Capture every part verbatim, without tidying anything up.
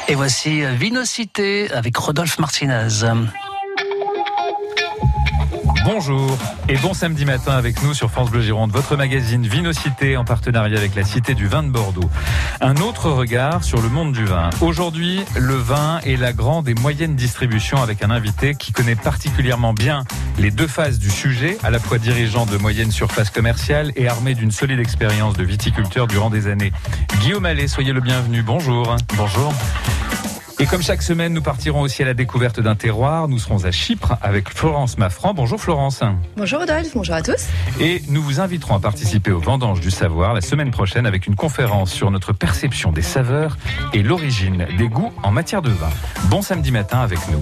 Et voici Vinocité avec Rodolphe Martinez. Bonjour et bon samedi matin avec nous sur France Bleu Gironde, votre magazine Vinocité en partenariat avec la Cité du Vin de Bordeaux. Un autre regard sur le monde du vin. Aujourd'hui, le vin et la grande et moyenne distribution avec un invité qui connaît particulièrement bien les deux phases du sujet, à la fois dirigeant de moyenne surface commerciale et armé d'une solide expérience de viticulteur durant des années. Guillaume Allais, soyez le bienvenu. Bonjour. Bonjour. Et comme chaque semaine, nous partirons aussi à la découverte d'un terroir. Nous serons à Chypre avec Florence Maffran. Bonjour Florence. Bonjour Rodolphe, bonjour à tous. Et nous vous inviterons à participer aux Vendanges du Savoir la semaine prochaine avec une conférence sur notre perception des saveurs et l'origine des goûts en matière de vin. Bon samedi matin avec nous.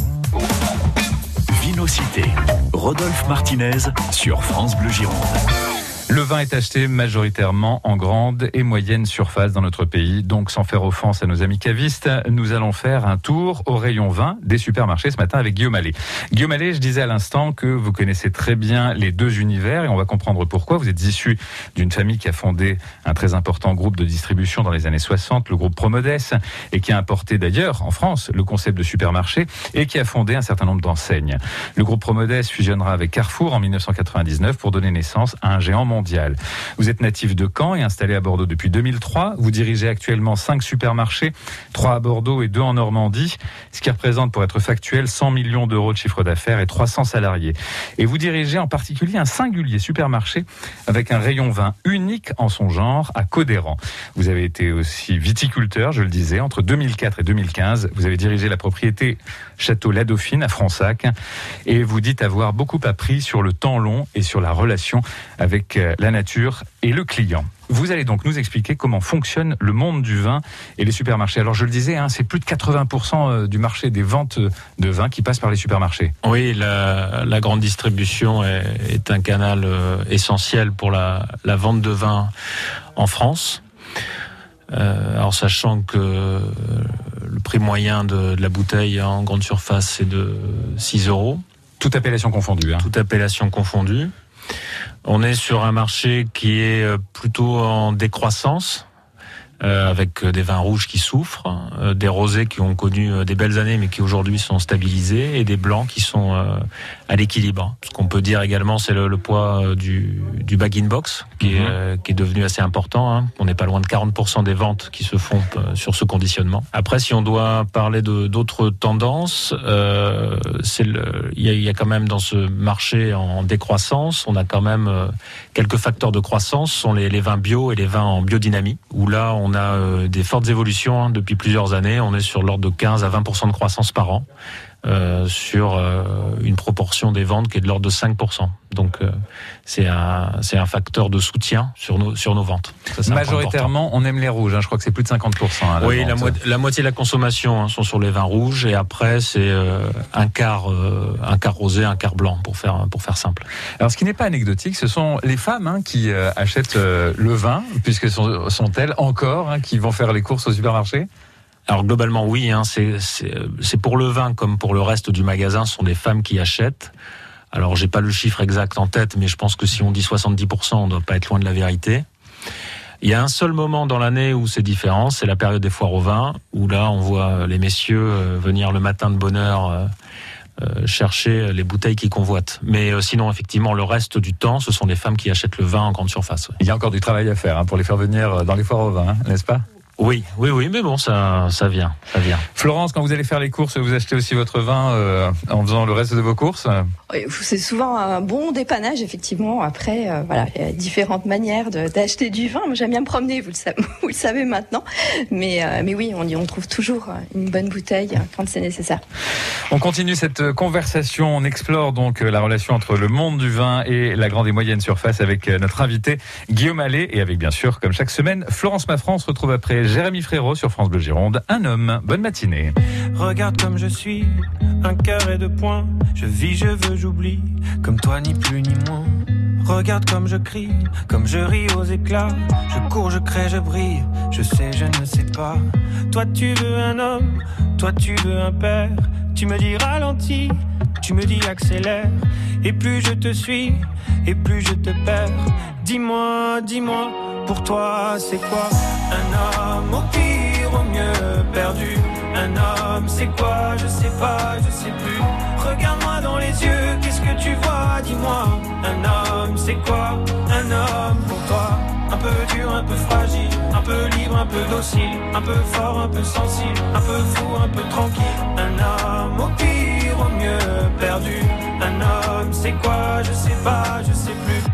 Vinocité, Rodolphe Martinez sur France Bleu Gironde. Le vin est acheté majoritairement en grande et moyenne surface dans notre pays. Donc, sans faire offense à nos amis cavistes, nous allons faire un tour au rayon vin des supermarchés ce matin avec Guillaume Allais. Guillaume Allais, je disais à l'instant que vous connaissez très bien les deux univers et on va comprendre pourquoi. Vous êtes issu d'une famille qui a fondé un très important groupe de distribution dans les années soixante, le groupe Promodes, et qui a importé d'ailleurs en France le concept de supermarché et qui a fondé un certain nombre d'enseignes. Le groupe Promodes fusionnera avec Carrefour en mille neuf cent quatre-vingt-dix-neuf pour donner naissance à un géant mondial. Vous êtes natif de Caen et installé à Bordeaux depuis deux mille trois. Vous dirigez actuellement cinq supermarchés, trois à Bordeaux et deux en Normandie, ce qui représente, pour être factuel, cent millions d'euros de chiffre d'affaires et trois cents salariés. Et vous dirigez en particulier un singulier supermarché avec un rayon vin unique en son genre à Codéran. Vous avez été aussi viticulteur, je le disais, entre deux mille quatre et deux mille quinze. Vous avez dirigé la propriété Château La Dauphine à Fronsac et vous dites avoir beaucoup appris sur le temps long et sur la relation avec la nature et le client. Vous allez donc nous expliquer comment fonctionne le monde du vin et les supermarchés. Alors je le disais, hein, c'est plus de quatre-vingts pour cent du marché des ventes de vin qui passe par les supermarchés. Oui, la, la grande distribution est, est un canal euh, essentiel pour la, la vente de vin en France. Euh, alors sachant que euh, le prix moyen de, de la bouteille en grande surface c'est de six euros. Toute appellation confondue. Hein. Toute appellation confondue. On est sur un marché qui est plutôt en décroissance, euh, avec des vins rouges qui souffrent, euh, des rosés qui ont connu des belles années mais qui aujourd'hui sont stabilisés, et des blancs qui sont euh, à l'équilibre. Ce qu'on peut dire également, c'est le, le poids du, du bag-in-box qui, mmh. est, euh, qui est devenu assez important. Hein. On n'est pas loin de quarante pour cent des ventes qui se font euh, sur ce conditionnement. Après, si on doit parler de, d'autres tendances, euh, c'est le, il y a, il y a quand même dans ce marché en décroissance, on a quand même euh, quelques facteurs de croissance, sont les, les vins bio et les vins en biodynamie, où là on a euh, des fortes évolutions hein, depuis plusieurs années. On est sur l'ordre de quinze à vingt pour cent de croissance par an. Euh, sur euh, une proportion des ventes qui est de l'ordre de cinq pour cent. Donc euh, c'est un c'est un facteur de soutien sur nos sur nos ventes. Ça, majoritairement, on aime les rouges. Hein. Je crois que c'est plus de cinquante pour cent. Hein, la oui, vente. la, mo- la moitié de la consommation hein, sont sur les vins rouges et après c'est euh, un quart euh, un quart rosé, un quart blanc pour faire pour faire simple. Alors ce qui n'est pas anecdotique, ce sont les femmes hein, qui euh, achètent euh, le vin, puisque sont, sont-elles encore hein, qui vont faire les courses au supermarché. Alors globalement oui, hein, c'est, c'est, c'est pour le vin comme pour le reste du magasin, ce sont les femmes qui achètent. Alors j'ai pas le chiffre exact en tête, mais je pense que si on dit soixante-dix pour cent, on doit pas être loin de la vérité. Il y a un seul moment dans l'année où c'est différent, c'est la période des foires au vin, où là on voit les messieurs venir le matin de bonne heure euh, euh, chercher les bouteilles qu'ils convoitent. Mais euh, sinon effectivement le reste du temps, ce sont les femmes qui achètent le vin en grande surface. Ouais. Il y a encore du travail à faire hein, pour les faire venir dans les foires au vin, hein, n'est-ce pas ? Oui, oui, oui, mais bon, ça, ça vient, ça vient. Florence, quand vous allez faire les courses, vous achetez aussi votre vin euh, en faisant le reste de vos courses ? C'est souvent un bon dépannage, effectivement. Après, euh, voilà, il y a différentes manières de, d'acheter du vin. Moi, j'aime bien me promener, vous le savez, vous le savez maintenant. Mais, euh, mais oui, on, on trouve toujours une bonne bouteille quand c'est nécessaire. On continue cette conversation. On explore donc la relation entre le monde du vin et la grande et moyenne surface avec notre invité Guillaume Allais et avec, bien sûr, comme chaque semaine, Florence Maffran. On se retrouve après Jérémy Frérot sur France Bleu Gironde. Un homme. Bonne matinée. Regarde comme je suis, un cœur et deux poings. Je vis, je veux, j'oublie, comme toi ni plus ni moins. Regarde comme je crie, comme je ris aux éclats. Je cours, je crée, je brille, je sais, je ne sais pas. Toi tu veux un homme, toi tu veux un père. Tu me dis ralentis, tu me dis accélère. Et plus je te suis, et plus je te perds. Dis-moi, dis-moi, pour toi c'est quoi? Un homme au pire, au mieux perdu. Un Un homme, c'est quoi? Je sais pas, je sais plus. Regarde-moi dans les yeux, qu'est-ce que tu vois? Dis-moi. Un homme, c'est quoi? Un homme pour toi. Un peu dur, un peu fragile, un peu libre, un peu docile, un peu fort, un peu sensible, un peu fou, un peu tranquille. Un homme au pire, au mieux perdu. Un homme, c'est quoi? Je sais pas, je sais plus.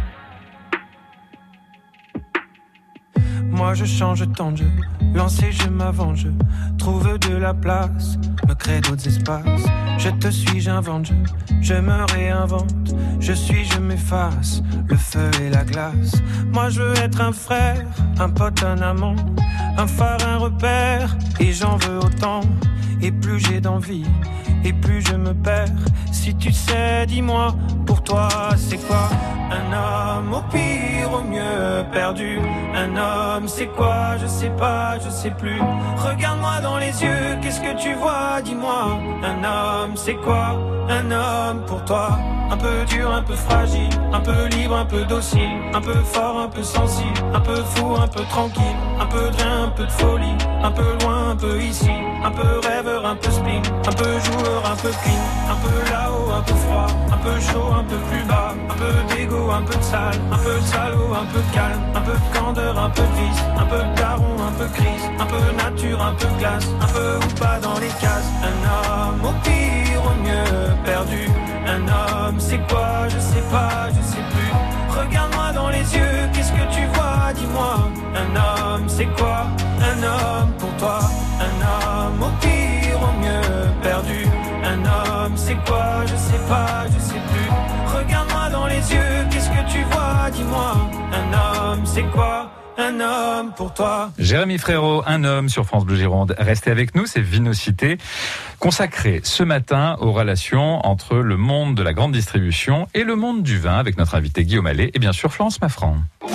Moi je change tant de jeu, lancer je m'avance, je trouve de la place, me crée d'autres espaces. Je te suis, j'invente, je, je me réinvente, je suis, je m'efface, le feu et la glace. Moi je veux être un frère, un pote, un amant, un phare, un repère, et j'en veux autant. Et plus j'ai d'envie, et plus je me perds. Si tu sais, dis-moi, pour toi c'est quoi? Un homme au pire, au mieux perdu. Un homme, c'est quoi? Je sais pas, je sais plus. Regarde-moi dans les yeux, qu'est-ce que tu vois? Dis-moi. Un homme, c'est quoi? Un homme pour toi. Un peu dur, un peu fragile, un peu libre, un peu docile, un peu fort, un peu sensible, un peu fou, un peu tranquille, un peu de rien, un peu de folie, un peu loin, un peu ici, un peu rêveur, un peu spleen, un peu joueur, un peu clean, un peu là-haut, un peu froid, un peu chaud, un peu plus bas, un peu d'égo, un peu de sale, un peu de salaud, un peu de calme, un peu de candeur, un peu de vice, un peu de daron, un peu crise, un peu nature, un peu de glace, un peu ou pas dans les cases. Un homme au pire, au mieux perdu. Un homme, c'est quoi? Je sais pas, je sais plus. Regarde-moi dans les yeux, qu'est-ce que tu vois? Dis-moi. Un homme, c'est quoi? Un homme pour toi. Un homme au pire, au mieux perdu. Un homme, c'est quoi? Je sais pas, je sais plus. Regarde-moi dans les yeux, qu'est-ce que tu vois? Dis-moi. Un homme, c'est quoi? Un homme pour toi. Jérémy Frérot, un homme sur France Bleu Gironde. Restez avec nous, c'est Vinocité, consacré ce matin aux relations entre le monde de la grande distribution et le monde du vin, avec notre invité Guillaume Allais et bien sûr Florence Maffran.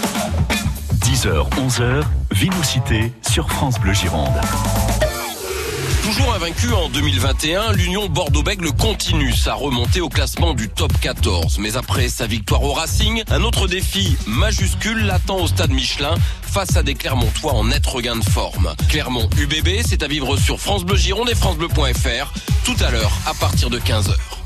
dix heures, onze heures, Vinocité sur France Bleu Gironde. Toujours invaincu en deux mille vingt et un, l'Union Bordeaux-Bègles continue sa remontée au classement du top quatorze. Mais après sa victoire au Racing, un autre défi majuscule l'attend au stade Michelin face à des Clermontois en net regain de forme. Clermont-U B B, c'est à vivre sur France Bleu Gironde et francebleu point f r tout à l'heure à partir de quinze heures.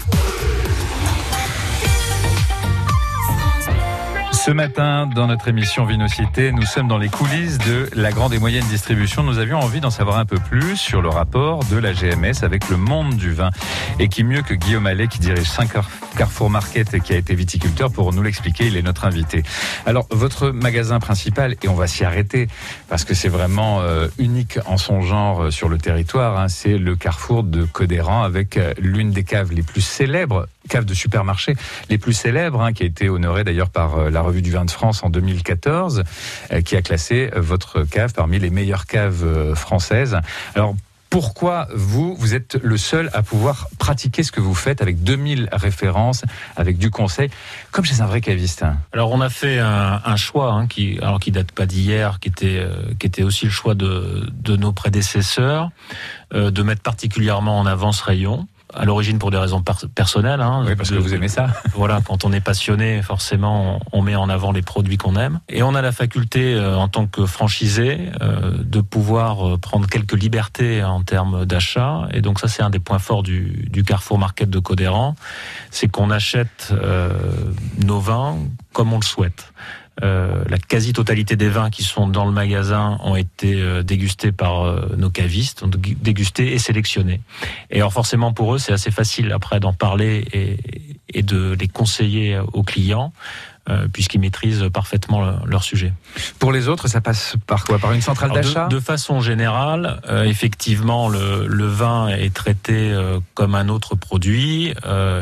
Ce matin, dans notre émission Vinocité, nous sommes dans les coulisses de la grande et moyenne distribution. Nous avions envie d'en savoir un peu plus sur le rapport de la G M S avec le monde du vin. Et qui mieux que Guillaume Allais, qui dirige cinq Carrefour Market et qui a été viticulteur, pour nous l'expliquer. Il est notre invité. Alors, votre magasin principal, et on va s'y arrêter, parce que c'est vraiment euh, unique en son genre sur le territoire, hein, c'est le Carrefour de Codéran, avec euh, l'une des caves les plus célèbres, caves de supermarché les plus célèbres, hein, qui a été honorée d'ailleurs par euh, la Revue du Vin de France en deux mille quatorze, euh, qui a classé euh, votre cave parmi les meilleures caves euh, françaises. Alors, pourquoi vous, vous êtes le seul à pouvoir pratiquer ce que vous faites avec deux mille références, avec du conseil, comme chez un vrai caviste? Alors on a fait un, un choix hein, qui, alors qui date pas d'hier, qui était, euh, qui était aussi le choix de, de nos prédécesseurs, euh, de mettre particulièrement en avant ce rayon. À l'origine pour des raisons par- personnelles. Hein, oui, parce de, que vous aimez ça. Voilà, quand on est passionné, forcément, on, on met en avant les produits qu'on aime. Et on a la faculté, euh, en tant que franchisé, euh, de pouvoir euh, prendre quelques libertés en termes d'achat. Et donc ça, c'est un des points forts du, du Carrefour Market de Codéran, c'est qu'on achète euh, nos vins comme on le souhaite. Euh, la quasi-totalité des vins qui sont dans le magasin ont été euh, dégustés par euh, nos cavistes, ont dégustés et sélectionnés. Et alors forcément pour eux, c'est assez facile après d'en parler et, et de les conseiller aux clients, euh, puisqu'ils maîtrisent parfaitement le, leur sujet. Pour les autres, ça passe par quoi? Par une centrale alors d'achat? de, de façon générale, euh, effectivement, le, le vin est traité euh, comme un autre produit. Euh,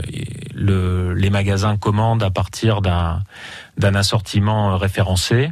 le, les magasins commandent à partir d'un d'un assortiment référencé,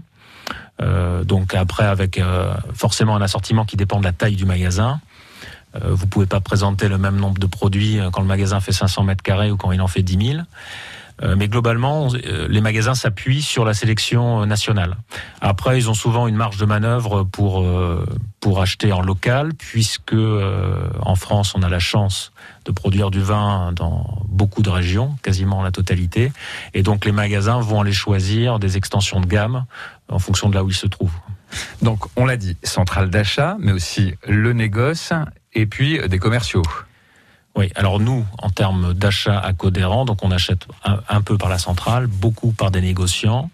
euh, donc après avec euh, forcément un assortiment qui dépend de la taille du magasin. Euh, vous pouvez pas présenter le même nombre de produits quand le magasin fait cinq cents mètres carrés ou quand il en fait dix mille. Euh, mais globalement, on, euh, les magasins s'appuient sur la sélection nationale. Après, ils ont souvent une marge de manœuvre pour euh, pour acheter en local, puisque euh, en France, on a la chance de produire du vin dans beaucoup de régions, quasiment la totalité, et donc les magasins vont aller choisir des extensions de gamme en fonction de là où ils se trouvent. Donc, on l'a dit, centrale d'achat, mais aussi le négoce et puis des commerciaux. Oui, alors nous, en termes d'achat à Codéran, donc on achète un, un peu par la centrale, beaucoup par des négociants.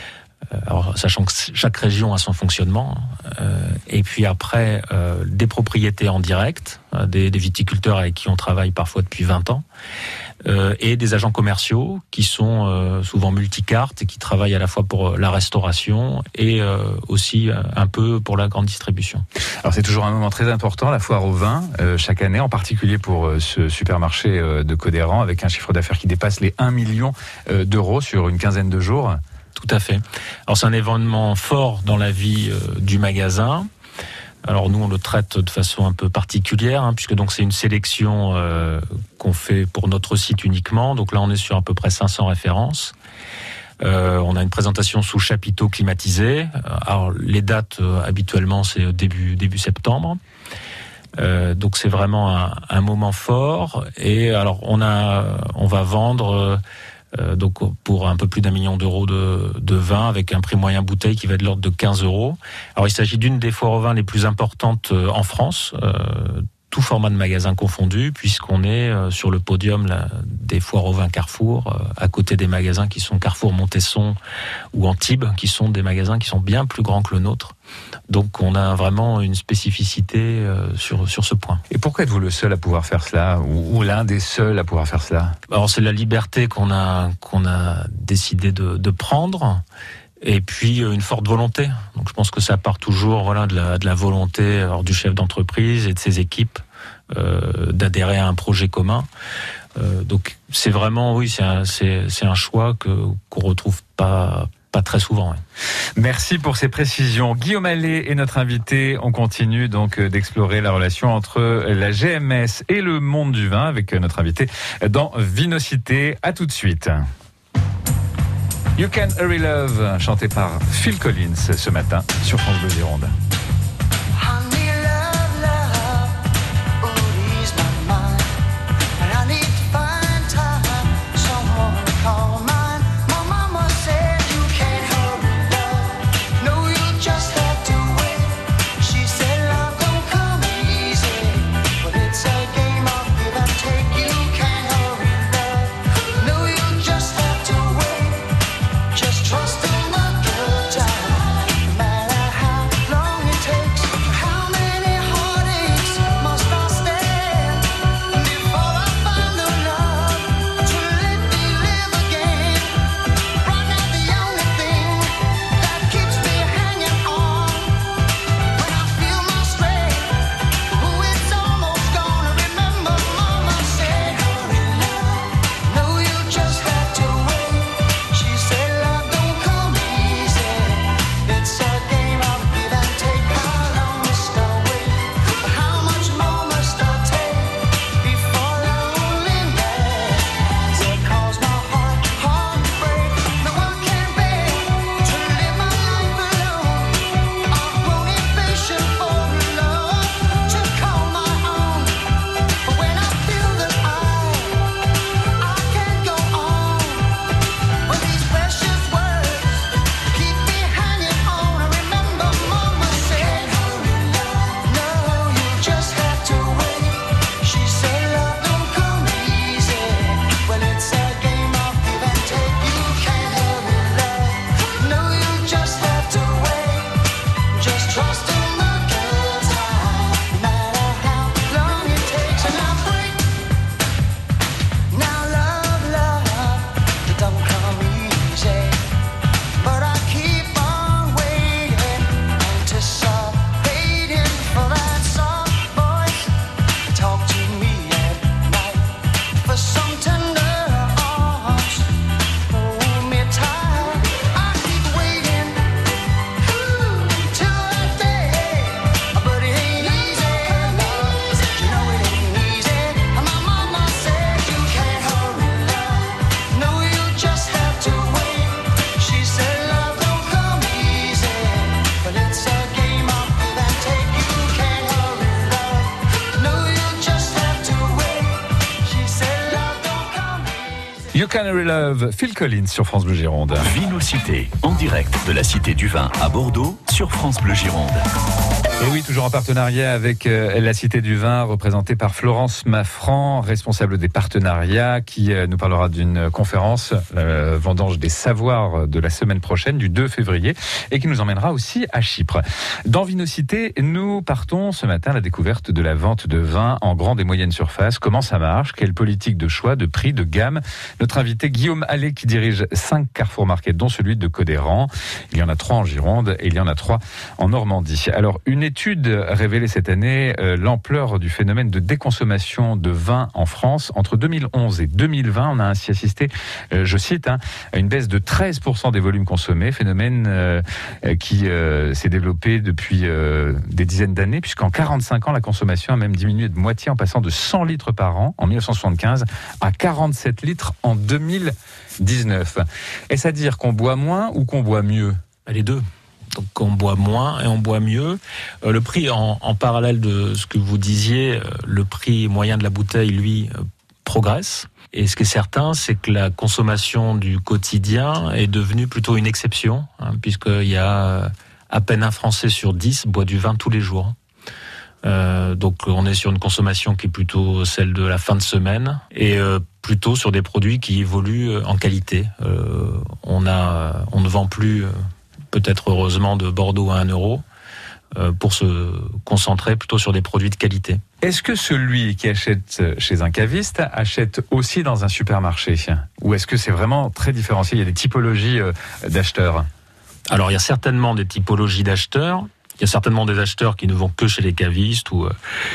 Alors, sachant que chaque région a son fonctionnement, euh, et puis après euh, des propriétés en direct, euh, des, des viticulteurs avec qui on travaille parfois depuis vingt ans, euh, et des agents commerciaux qui sont euh, souvent multicartes et qui travaillent à la fois pour la restauration et euh, aussi un peu pour la grande distribution. Alors c'est toujours un moment très important, la foire au vin, euh, chaque année, en particulier pour euh, ce supermarché euh, de Codéran, avec un chiffre d'affaires qui dépasse les un million euh, d'euros sur une quinzaine de jours. Tout à fait. Alors c'est un événement fort dans la vie euh, du magasin. Alors nous on le traite de façon un peu particulière, hein, puisque donc c'est une sélection euh, qu'on fait pour notre site uniquement. Donc là on est sur à peu près cinq cents références. Euh, on a une présentation sous chapiteau climatisé. Alors les dates euh, habituellement c'est début début septembre. Euh, donc c'est vraiment un, un moment fort. Et alors on a on va vendre euh, Euh, donc pour un peu plus d'un million d'euros de, de vin avec un prix moyen bouteille qui va être de l'ordre de quinze euros. Alors il s'agit d'une des foires au vin les plus importantes en France, euh, tout format de magasin confondu, puisqu'on est euh, sur le podium là, des foires au vin Carrefour, euh, à côté des magasins qui sont Carrefour Montesson ou Antibes, qui sont des magasins qui sont bien plus grands que le nôtre. Donc on a vraiment une spécificité euh, sur, sur ce point. Et pourquoi êtes-vous le seul à pouvoir faire cela, ou, ou l'un des seuls à pouvoir faire cela ? Alors c'est la liberté qu'on a, qu'on a décidé de, de prendre, et puis une forte volonté. Donc je pense que ça part toujours voilà, de, la, de la volonté alors, du chef d'entreprise et de ses équipes euh, d'adhérer à un projet commun. Euh, donc c'est vraiment, oui, c'est un, c'est, c'est un choix que, qu'on retrouve pas... Pas très souvent. Oui. Merci pour ces précisions. Guillaume Allais est notre invité. On continue donc d'explorer la relation entre la G M S et le monde du vin avec notre invité dans Vinocité. À tout de suite. You Can Hurry Love, chanté par Phil Collins ce matin sur France Bleu Gironde. You Can Hurry Love, Phil Collins sur France Bleu Gironde. Vinocité, en direct de la Cité du Vin à Bordeaux sur France Bleu Gironde. Et oui, toujours en partenariat avec euh, la Cité du Vin, représentée par Florence Maffran, responsable des partenariats, qui euh, nous parlera d'une conférence, euh, Vendange des savoirs, de la semaine prochaine, du deux février, et qui nous emmènera aussi à Chypre. Dans Vinocité, nous partons ce matin à la découverte de la vente de vin en grande et moyenne surface. Comment ça marche? Quelle politique de choix, de prix, de gamme? Notre invité Guillaume Allais, qui dirige cinq Carrefour Market, dont celui de Codéran. Il y en a trois en Gironde et il y en a trois en Normandie. Alors, une étude révélait cette année euh, l'ampleur du phénomène de déconsommation de vin en France. Entre deux mille onze et deux mille vingt, on a ainsi assisté, euh, je cite, hein, à une baisse de treize pour cent des volumes consommés, phénomène euh, qui euh, s'est développé depuis euh, des dizaines d'années, puisqu'en quarante-cinq ans, la consommation a même diminué de moitié en passant de cent litres par an en mille neuf cent soixante-quinze à quarante-sept litres en deux mille dix-neuf. Est-ce à dire qu'on boit moins ou qu'on boit mieux? Les deux. Donc on boit moins et on boit mieux. Euh, le prix, en, en parallèle de ce que vous disiez, euh, le prix moyen de la bouteille, lui, euh, progresse. Et ce qui est certain, c'est que la consommation du quotidien est devenue plutôt une exception, hein, puisqu'il y a à peine un Français sur dix boit du vin tous les jours. Euh, donc on est sur une consommation qui est plutôt celle de la fin de semaine et euh, plutôt sur des produits qui évoluent en qualité. Euh, on a, on ne vend plus... Euh, peut-être heureusement de Bordeaux à un euro, euh, pour se concentrer plutôt sur des produits de qualité. Est-ce que celui qui achète chez un caviste achète aussi dans un supermarché? Ou est-ce que c'est vraiment très différencié? Il y a des typologies euh, d'acheteurs. Alors il y a certainement des typologies d'acheteurs. Il y a certainement des acheteurs qui ne vont que chez les cavistes ou, euh,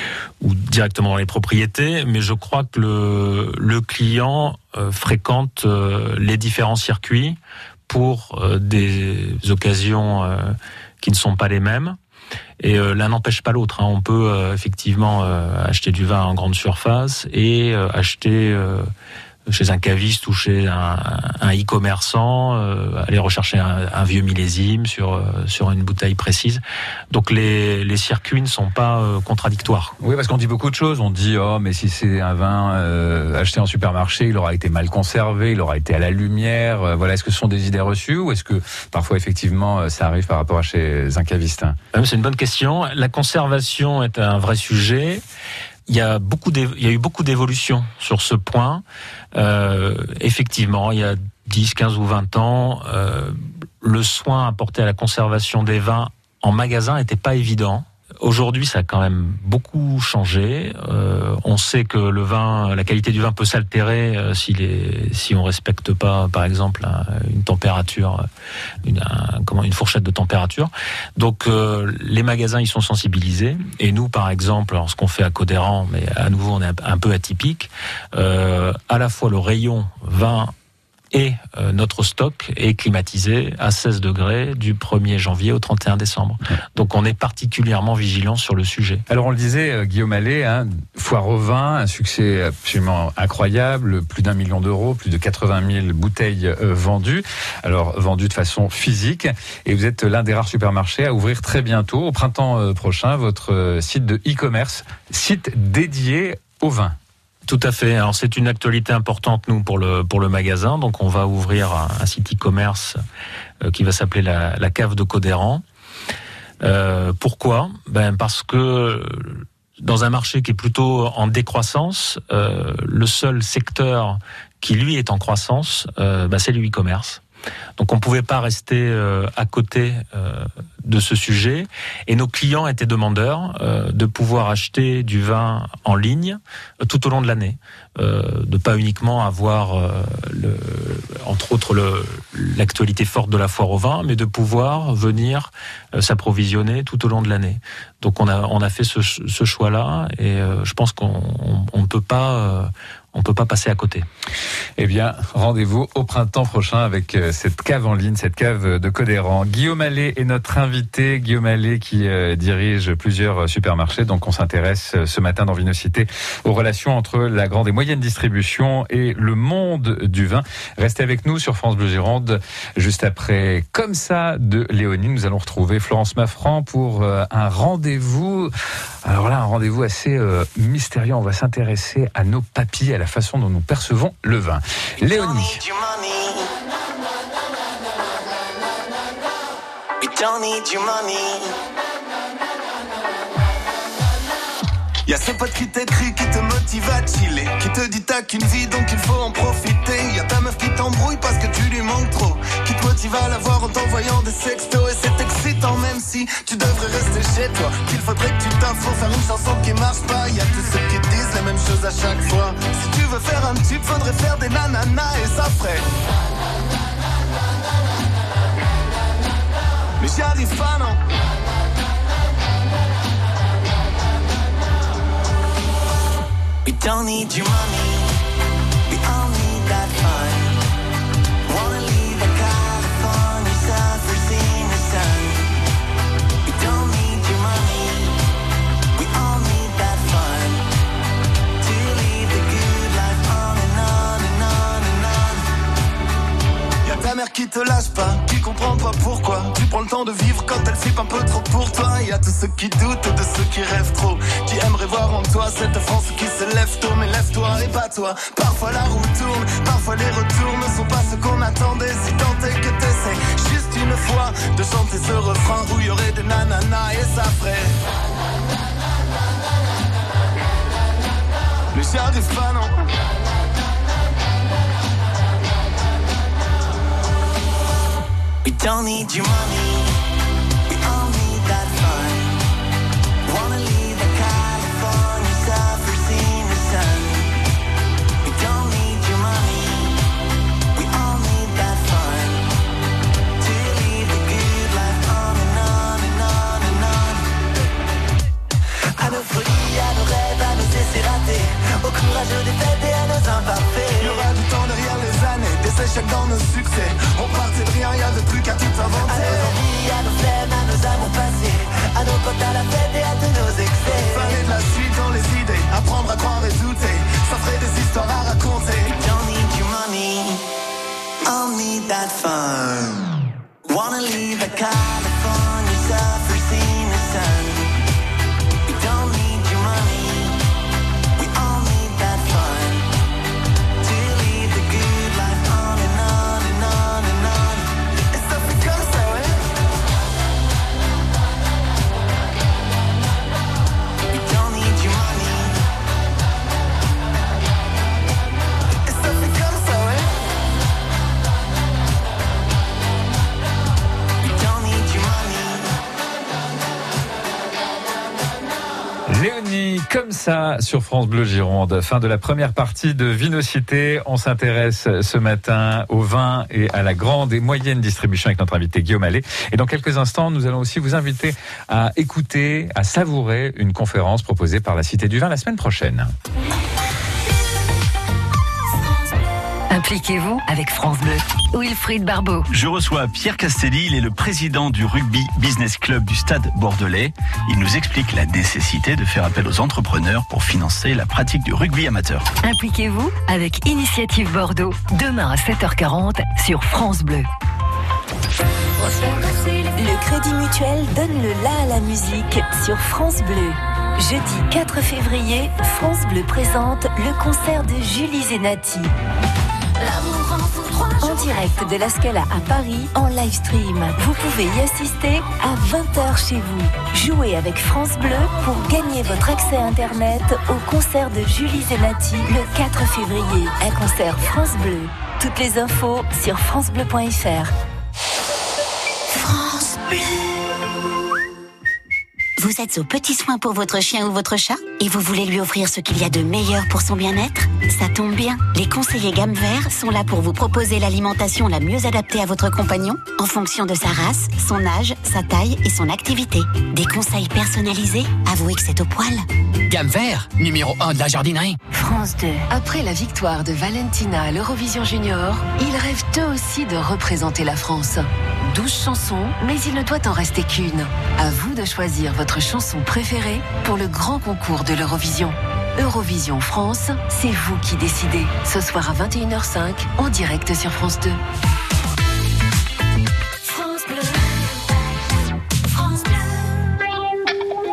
ou directement dans les propriétés, mais je crois que le, le client euh, fréquente euh, les différents circuits pour euh, des occasions euh, qui ne sont pas les mêmes. Et euh, l'un n'empêche pas l'autre. Hein. On peut euh, effectivement euh, acheter du vin en grande surface et euh, acheter euh, chez un caviste ou chez un, un e-commerçant, euh, aller rechercher un, un vieux millésime sur euh, sur une bouteille précise. Donc les les circuits ne sont pas euh, contradictoires. Oui, parce qu'on dit beaucoup de choses. On dit oh mais si c'est un vin euh, acheté en supermarché, il aura été mal conservé, il aura été à la lumière. Euh, voilà, est-ce que ce sont des idées reçues ou est-ce que parfois effectivement ça arrive par rapport à chez un caviste? C'est une bonne question. La conservation est un vrai sujet. Il y a beaucoup, il y a eu beaucoup d'évolutions sur ce point. Euh, effectivement, il y a dix, quinze ou vingt ans, euh, le soin apporté à la conservation des vins en magasin n'était pas évident. Aujourd'hui, ça a quand même beaucoup changé. Euh, on sait que le vin, la qualité du vin peut s'altérer euh, si, les, si on respecte pas, par exemple, un, une température, une, un, comment, une fourchette de température. Donc, euh, les magasins, ils sont sensibilisés. Et nous, par exemple, alors, ce qu'on fait à Codéran, mais à nouveau, on est un, un peu atypique, euh, à la fois le rayon vin et euh, notre stock est climatisé à seize degrés du premier janvier au trente et un décembre. Donc on est particulièrement vigilant sur le sujet. Alors on le disait, euh, Guillaume Allais, hein, foire au vin, un succès absolument incroyable, plus d'un million d'euros, plus de quatre-vingt mille bouteilles euh, vendues, alors vendues de façon physique, et vous êtes l'un des rares supermarchés à ouvrir très bientôt, au printemps euh, prochain, votre euh, site de e-commerce, site dédié au vin. Tout à fait. Alors c'est une actualité importante nous pour le pour le magasin. Donc on va ouvrir un, un site e-commerce euh, qui va s'appeler la, la cave de Codéran. Euh, pourquoi? Ben parce que dans un marché qui est plutôt en décroissance, euh, le seul secteur qui lui est en croissance, euh, ben, c'est le e-commerce. Donc on ne pouvait pas rester euh, à côté euh, de ce sujet et nos clients étaient demandeurs euh, de pouvoir acheter du vin en ligne euh, tout au long de l'année, euh, de pas uniquement avoir euh, le, entre autres le, l'actualité forte de la foire au vin, mais de pouvoir venir euh, s'approvisionner tout au long de l'année. Donc on a on a fait ce, ce choix-là et euh, je pense qu'on on ne peut pas euh, on peut pas passer à côté. Eh bien, rendez-vous au printemps prochain avec cette cave en ligne, cette cave de Codéran. Guillaume Allais est notre invité. Guillaume Allais qui euh, dirige plusieurs supermarchés. Donc, on s'intéresse ce matin dans Vinocité aux relations entre la grande et moyenne distribution et le monde du vin. Restez avec nous sur France Bleu Gironde. Juste après Comme ça de Léonie, nous allons retrouver Florence Maffran pour euh, un rendez-vous. Alors là, un rendez-vous assez euh, mystérieux. On va s'intéresser à nos papilles, à la façon dont nous percevons le vin. Léonie. We don't need your money. Y'a ce pote qui t'écrit, qui te motive à chiller, qui te dit t'as qu'une vie donc il faut en profiter. Y'a ta meuf qui t'embrouille parce que tu lui manques trop, qui te motive à la voir en t'envoyant des sextos. Et c'est excitant même si tu devrais rester chez toi, qu'il faudrait que tu t'offres pour faire une chanson qui marche pas. Y'a tous ceux qui te disent la même chose à chaque fois. Si tu veux faire un tube, faudrait faire des nananas et ça ferait. Mais j'y arrive pas non. We don't need your money, we all need that fun. Wanna leave a California, suffer, seeing the sun. We don't need your money, we all need that fun. To leave the good life on and on and on and on. Y'a ta mère qui te lâche pas, qui comprend pas pourquoi tu prends le temps de vivre quand elle flippe un peu trop pour toi. Y'a tous ceux qui doutent de ceux qui rêvent trop, qui aimeraient voir en toi cette France qui se lève tôt. Mais lève-toi et pas toi. Parfois la roue tourne, parfois les retours ne sont pas ce qu'on attendait. Si tant est que t'essaies juste une fois de chanter ce refrain où y aurait des nananas et ça ferait. Mais j'y arrive pas non. We don't need your money, we all need that fun. Wanna leave a California, suffer, seeing the sun. We don't need your money, we all need that fun. To leave the good life on and on and on and on. À nos folies, à nos rêves, à nos essais ratés, au courageux des fêtes et à nos imparfaits. Il y aura du temps derrière les années, des échecs dans nos succès. On partait de rien, y'avait plus qu'à tout inventer. À nos envies, à nos flemmes, à nos amours passés, à nos potes à la fête et à tous nos excès. Fallait de la suite dans les idées, apprendre à croire et douter. Ça ferait des histoires à raconter. We don't need your money, I'll need that fun. Wanna leave a California, suffer, seeing the sun. We don't need your money, we all need that fun. To leave the good life on and on and on and on. Et ça fait comme ça, ouais. We don't need your money. Et ça fait comme ça, ouais. We don't need your money. Léonie, comme ça, sur France Bleu Gironde. Fin de la première partie de Vinocité. On s'intéresse ce matin au vin et à la grande et moyenne distribution avec notre invité Guillaume Allais. Et dans quelques instants, nous allons aussi vous inviter à écouter, à savourer une conférence proposée par la Cité du Vin la semaine prochaine. Impliquez-vous avec France Bleu. Wilfried Barbeau. Je reçois Pierre Castelli, il est le président du Rugby Business Club du Stade Bordelais. Il nous explique la nécessité de faire appel aux entrepreneurs pour financer la pratique du rugby amateur. Impliquez-vous avec Initiative Bordeaux. Demain à sept heures quarante sur France Bleu. Le Crédit Mutuel donne le la à la musique sur France Bleu. Jeudi quatre février, France Bleu présente le concert de Julie Zenati. En direct de la Scala à Paris, en live stream. Vous pouvez y assister à vingt heures chez vous. Jouez avec France Bleu pour gagner votre accès Internet au concert de Julie Zenati le quatre février. Un concert France Bleu. Toutes les infos sur francebleu point f r. France Bleu. Vous êtes aux petits soins pour votre chien ou votre chat et vous voulez lui offrir ce qu'il y a de meilleur pour son bien-être? Ça tombe bien, les conseillers Gamme Vert sont là pour vous proposer l'alimentation la mieux adaptée à votre compagnon en fonction de sa race, son âge, sa taille et son activité. Des conseils personnalisés? Avouez que c'est au poil. Gamme Vert, numéro un de la jardinerie. France deux. Après la victoire de Valentina à l'Eurovision Junior, ils rêvent eux aussi de représenter la France. douze chansons, mais il ne doit en rester qu'une. À vous de choisir votre chanson préférée pour le grand concours de l'Eurovision. Eurovision France, c'est vous qui décidez. Ce soir à vingt et une heures cinq, en direct sur France deux. France Bleu. France Bleu.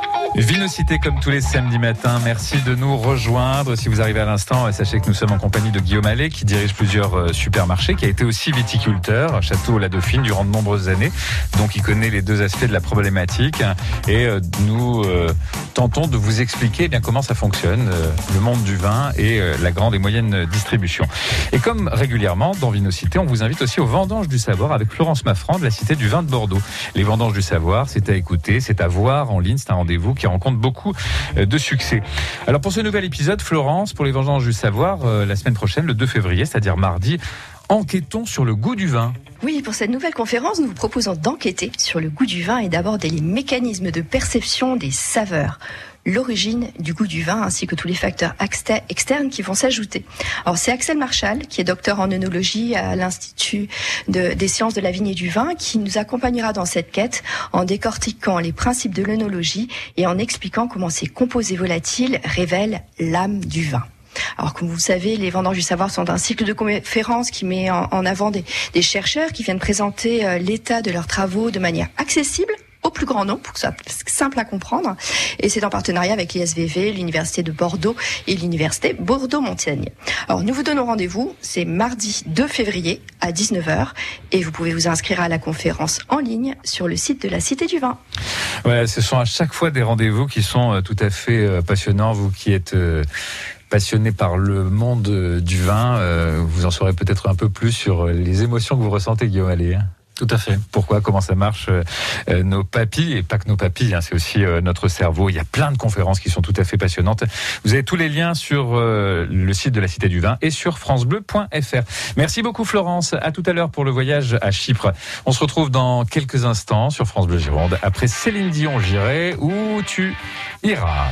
Vinocité comme tous les samedis matins, merci de nous rejoindre. Si vous arrivez à l'instant, sachez que nous sommes en compagnie de Guillaume Allais qui dirige plusieurs supermarchés, qui a été aussi viticulteur à Château-la-Dauphine durant de nombreuses années. Donc il connaît les deux aspects de la problématique et nous euh, tentons de vous expliquer eh bien comment ça fonctionne, euh, le monde du vin et euh, la grande et moyenne distribution. Et comme régulièrement dans Vinocité, on vous invite aussi aux vendanges du savoir avec Florence Maffrand de la Cité du Vin de Bordeaux. Les vendanges du savoir, c'est à écouter, c'est à voir en ligne, c'est un rendez-vous qui rencontre beaucoup de succès. Alors pour ce nouvel épisode, Florence, pour les vendanges du savoir, euh, la semaine prochaine, le deux février, c'est-à-dire mardi, enquêtons sur le goût du vin. Oui, pour cette nouvelle conférence, nous vous proposons d'enquêter sur le goût du vin et d'aborder les mécanismes de perception des saveurs, l'origine du goût du vin ainsi que tous les facteurs externes qui vont s'ajouter. Alors c'est Axel Marchal, qui est docteur en œnologie à l'Institut de, des sciences de la vigne et du vin, qui nous accompagnera dans cette quête en décortiquant les principes de l'œnologie et en expliquant comment ces composés volatiles révèlent l'âme du vin. Alors, comme vous le savez, les vendanges du savoir sont un cycle de conférences qui met en, en avant des, des chercheurs qui viennent présenter euh, l'état de leurs travaux de manière accessible au plus grand nombre, pour que ce soit simple à comprendre. Et c'est en partenariat avec l'I S V V, l'Université de Bordeaux et l'Université Bordeaux-Montaigne. Alors, nous vous donnons rendez-vous, c'est mardi deux février à dix-neuf heures et vous pouvez vous inscrire à la conférence en ligne sur le site de la Cité du Vin. Voilà, ce sont à chaque fois des rendez-vous qui sont tout à fait passionnants, vous qui êtes euh, passionné par le monde du vin, euh, vous en saurez peut-être un peu plus sur les émotions que vous ressentez, Guillaume Allais. Tout à fait. Pourquoi, comment ça marche, euh, nos papilles, et pas que nos papilles, hein, c'est aussi euh, notre cerveau. Il y a plein de conférences qui sont tout à fait passionnantes. Vous avez tous les liens sur euh, le site de la Cité du Vin et sur francebleu point f r. Merci beaucoup Florence, à tout à l'heure pour le voyage à Chypre. On se retrouve dans quelques instants sur France Bleu Gironde. Après Céline Dion, j'irai où tu iras.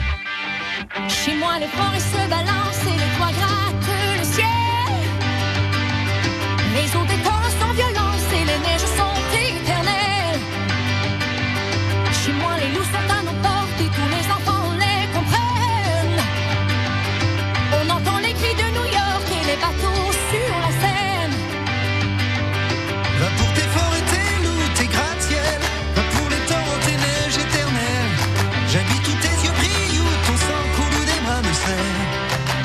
Chez moi, les forêts se balancent et les toits grattent le ciel. Les eaux des torrents sont violentes et les neiges sont éternelles. Chez moi, les loups sont à nos portes et tous les enfants les comprennent. On entend les cris de New York et les bateaux sur la Seine. Va pour tes forêts, tes loups, tes gratte-ciel. Va pour les torrents, tes neiges éternelles. J'habite où tes yeux brillent, où ton sang coule, où des bras me serrent.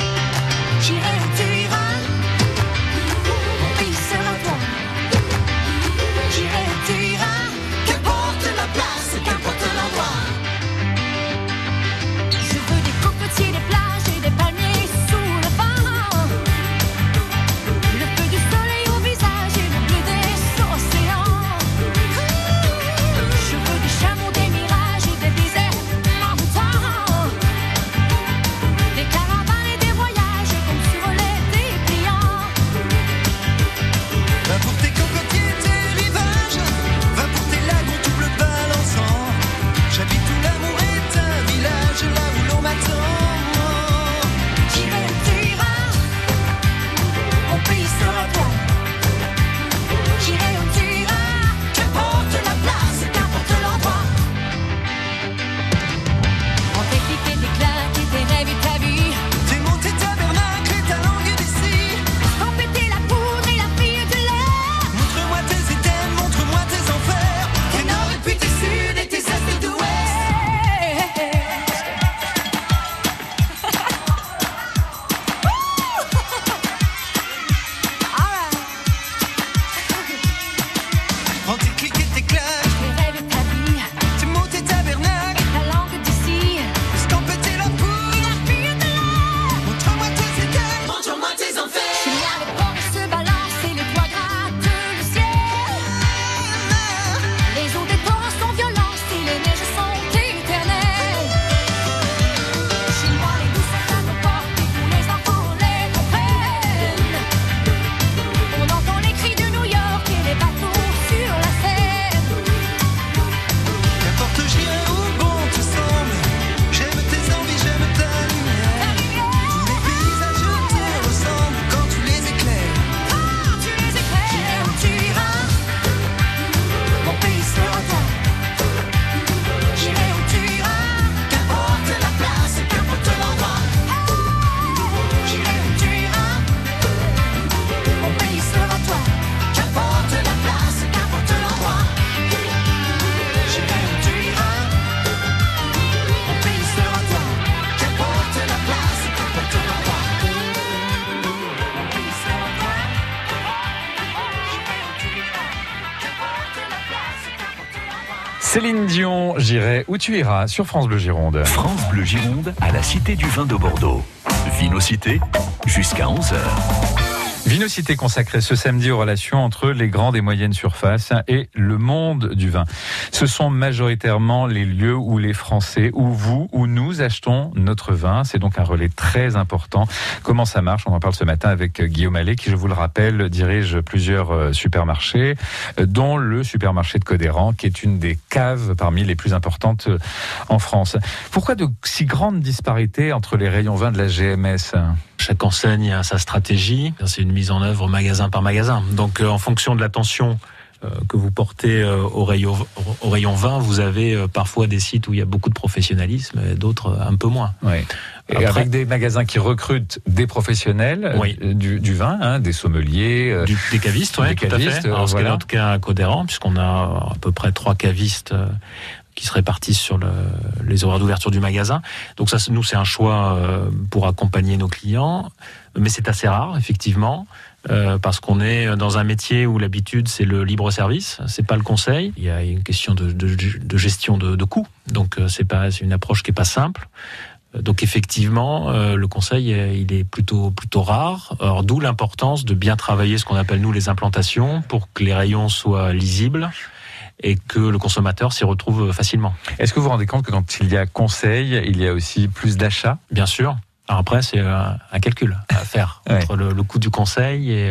Céline Dion, j'irai où tu iras sur France Bleu Gironde. France Bleu Gironde à la Cité du Vin de Bordeaux. Vinocité jusqu'à onze heures. Vinocité consacrée ce samedi aux relations entre les grandes et moyennes surfaces et le monde du vin. Ce sont majoritairement les lieux où les Français, où vous, où nous achetons notre vin. C'est donc un relais très important. Comment ça marche ? On en parle ce matin avec Guillaume Allais, qui, je vous le rappelle, dirige plusieurs supermarchés, dont le supermarché de Codéran, qui est une des caves parmi les plus importantes en France. Pourquoi de si grandes disparités entre les rayons vins de la G M S ? Chaque enseigne a sa stratégie. C'est une mise en œuvre magasin par magasin. Donc, euh, en fonction de l'attention euh, que vous portez euh, au, rayon, au rayon vin, vous avez euh, parfois des sites où il y a beaucoup de professionnalisme et d'autres euh, un peu moins. Oui. Et Après, avec des magasins qui recrutent des professionnels oui. euh, du, du vin, hein, des sommeliers, euh, du, des cavistes, oui, tout cavistes, à fait. Alors, euh, voilà. C'est notre cas à Codéran, puisqu'on a à peu près trois cavistes euh, qui se répartissent sur le, les horaires d'ouverture du magasin. Donc ça, nous, c'est un choix euh, pour accompagner nos clients, mais c'est assez rare, effectivement, euh, parce qu'on est dans un métier où l'habitude, c'est le libre-service, c'est pas le conseil. Il y a une question de, de, de gestion de, de coûts, donc euh, c'est pas, c'est une approche qui est pas simple. Donc effectivement, euh, le conseil, il est plutôt plutôt rare. Alors, d'où l'importance de bien travailler ce qu'on appelle, nous, les implantations, pour que les rayons soient lisibles et que le consommateur s'y retrouve facilement. Est-ce que vous vous rendez compte que quand il y a conseil, il y a aussi plus d'achats ? Bien sûr. Alors après, c'est un, un calcul à faire ouais. entre le, le coût du conseil et,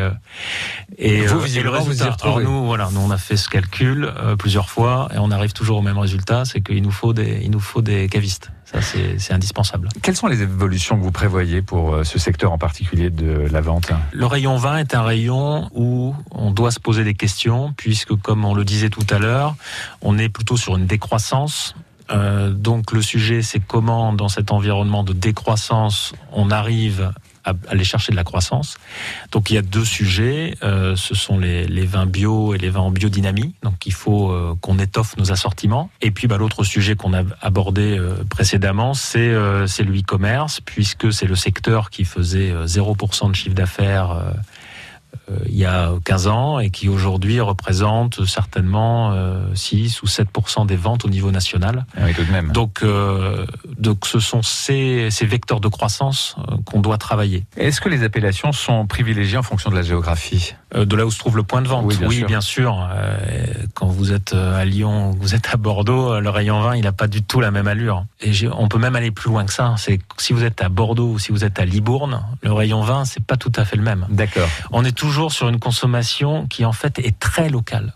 et, vous, et le résultat. Alors nous, voilà, nous on a fait ce calcul euh, plusieurs fois et on arrive toujours au même résultat, c'est qu'il nous faut des, il nous faut des cavistes. Ça, c'est, c'est indispensable. Quelles sont les évolutions que vous prévoyez pour ce secteur en particulier de la vente ? Le rayon vin est un rayon où on doit se poser des questions, puisque, comme on le disait tout à l'heure, on est plutôt sur une décroissance. Euh, donc le sujet, c'est comment, dans cet environnement de décroissance, on arrive à aller chercher de la croissance. Donc il y a deux sujets, euh, ce sont les, les vins bio et les vins en biodynamie, donc il faut euh, qu'on étoffe nos assortiments. Et puis bah, l'autre sujet qu'on a abordé euh, précédemment, c'est, euh, c'est le e-commerce, puisque c'est le secteur qui faisait euh, zéro pour cent de chiffre d'affaires euh, euh, il y a quinze ans et qui aujourd'hui représente certainement euh, six ou sept pour cent des ventes au niveau national. Ah oui, tout de même. Donc, euh, donc ce sont ces, ces vecteurs de croissance euh, qu'on doit travailler. Est-ce que les appellations sont privilégiées en fonction de la géographie ? euh, De là où se trouve le point de vente. Oui, bien oui, sûr. Bien sûr. Euh, quand vous êtes à Lyon, vous êtes à Bordeaux, le rayon vin, il n'a pas du tout la même allure. Et j'ai, on peut même aller plus loin que ça. C'est si vous êtes à Bordeaux ou si vous êtes à Libourne, le rayon vin, c'est pas tout à fait le même. D'accord. On est toujours sur une consommation qui en fait est très locale.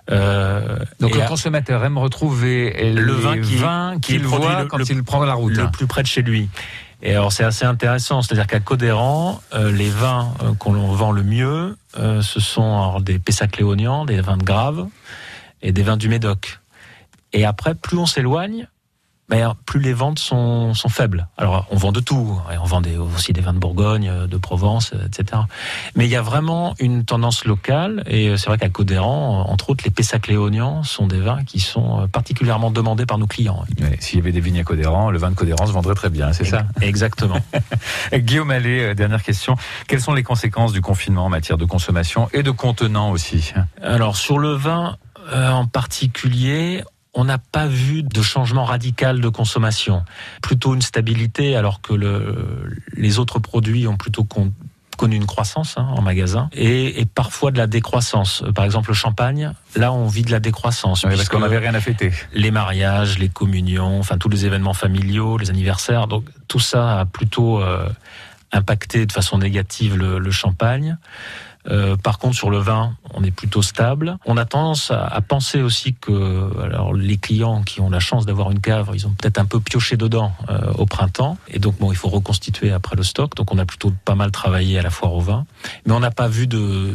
Euh, Donc le à... consommateur aime retrouver le vin, qui, vin qu'il qui voit le, quand le, il prend la route. Le plus près de chez lui. Et alors c'est assez intéressant, c'est-à-dire qu'à Codéran, euh, les vins euh, qu'on vend le mieux, euh, ce sont alors, des Pessac-Léognan, des vins de Grave et des vins du Médoc. Et après, plus on s'éloigne, ben, plus les ventes sont, sont faibles. Alors, on vend de tout. On vend des, aussi des vins de Bourgogne, de Provence, et cetera. Mais il y a vraiment une tendance locale. Et c'est vrai qu'à Codéran, entre autres, les Pessac-Léognan sont des vins qui sont particulièrement demandés par nos clients. Oui, s'il y avait des vignes à Codéran, le vin de Codéran se vendrait très bien, c'est ça ? Exactement. Guillaume Allais, dernière question. Quelles sont les conséquences du confinement en matière de consommation et de contenants aussi ? Alors, sur le vin euh, en particulier, on n'a pas vu de changement radical de consommation. Plutôt une stabilité, alors que le, les autres produits ont plutôt con, connu une croissance hein, en magasin, et, et parfois de la décroissance. Par exemple, le champagne, là, on vit de la décroissance. Oui, parce qu'on n'avait rien à fêter. Les mariages, les communions, enfin tous les événements familiaux, les anniversaires, donc tout ça a plutôt euh, impacté de façon négative le, le champagne. Euh, par contre, sur le vin, on est plutôt stable. On a tendance à, à penser aussi que alors, les clients qui ont la chance d'avoir une cave, ils ont peut-être un peu pioché dedans euh, au printemps. Et donc, bon, il faut reconstituer après le stock. Donc, on a plutôt pas mal travaillé à la foire au vin. Mais on n'a pas vu de...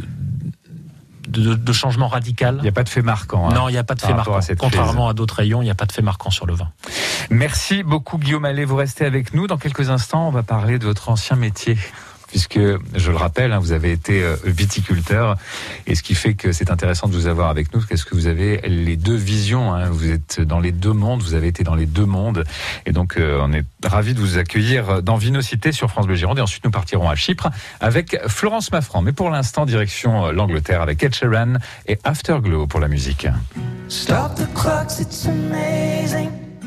De, de changement radical. Il n'y a pas de fait marquant. Hein, non, il n'y a pas de fait marquant. À Contrairement crise. à d'autres rayons, il n'y a pas de fait marquant sur le vin. Merci beaucoup Guillaume Allais. Vous restez avec nous. Dans quelques instants, on va parler de votre ancien métier. puisque, je le rappelle, hein, vous avez été euh, viticulteur, et ce qui fait que c'est intéressant de vous avoir avec nous, parce que vous avez les deux visions, hein, vous êtes dans les deux mondes, vous avez été dans les deux mondes, et donc euh, on est ravis de vous accueillir dans Vinocité sur France Bleu Gironde, et ensuite nous partirons à Chypre avec Florence Maffran. Mais pour l'instant, direction l'Angleterre avec Ed Sheeran et Afterglow pour la musique. Stop the clocks, it's amazing.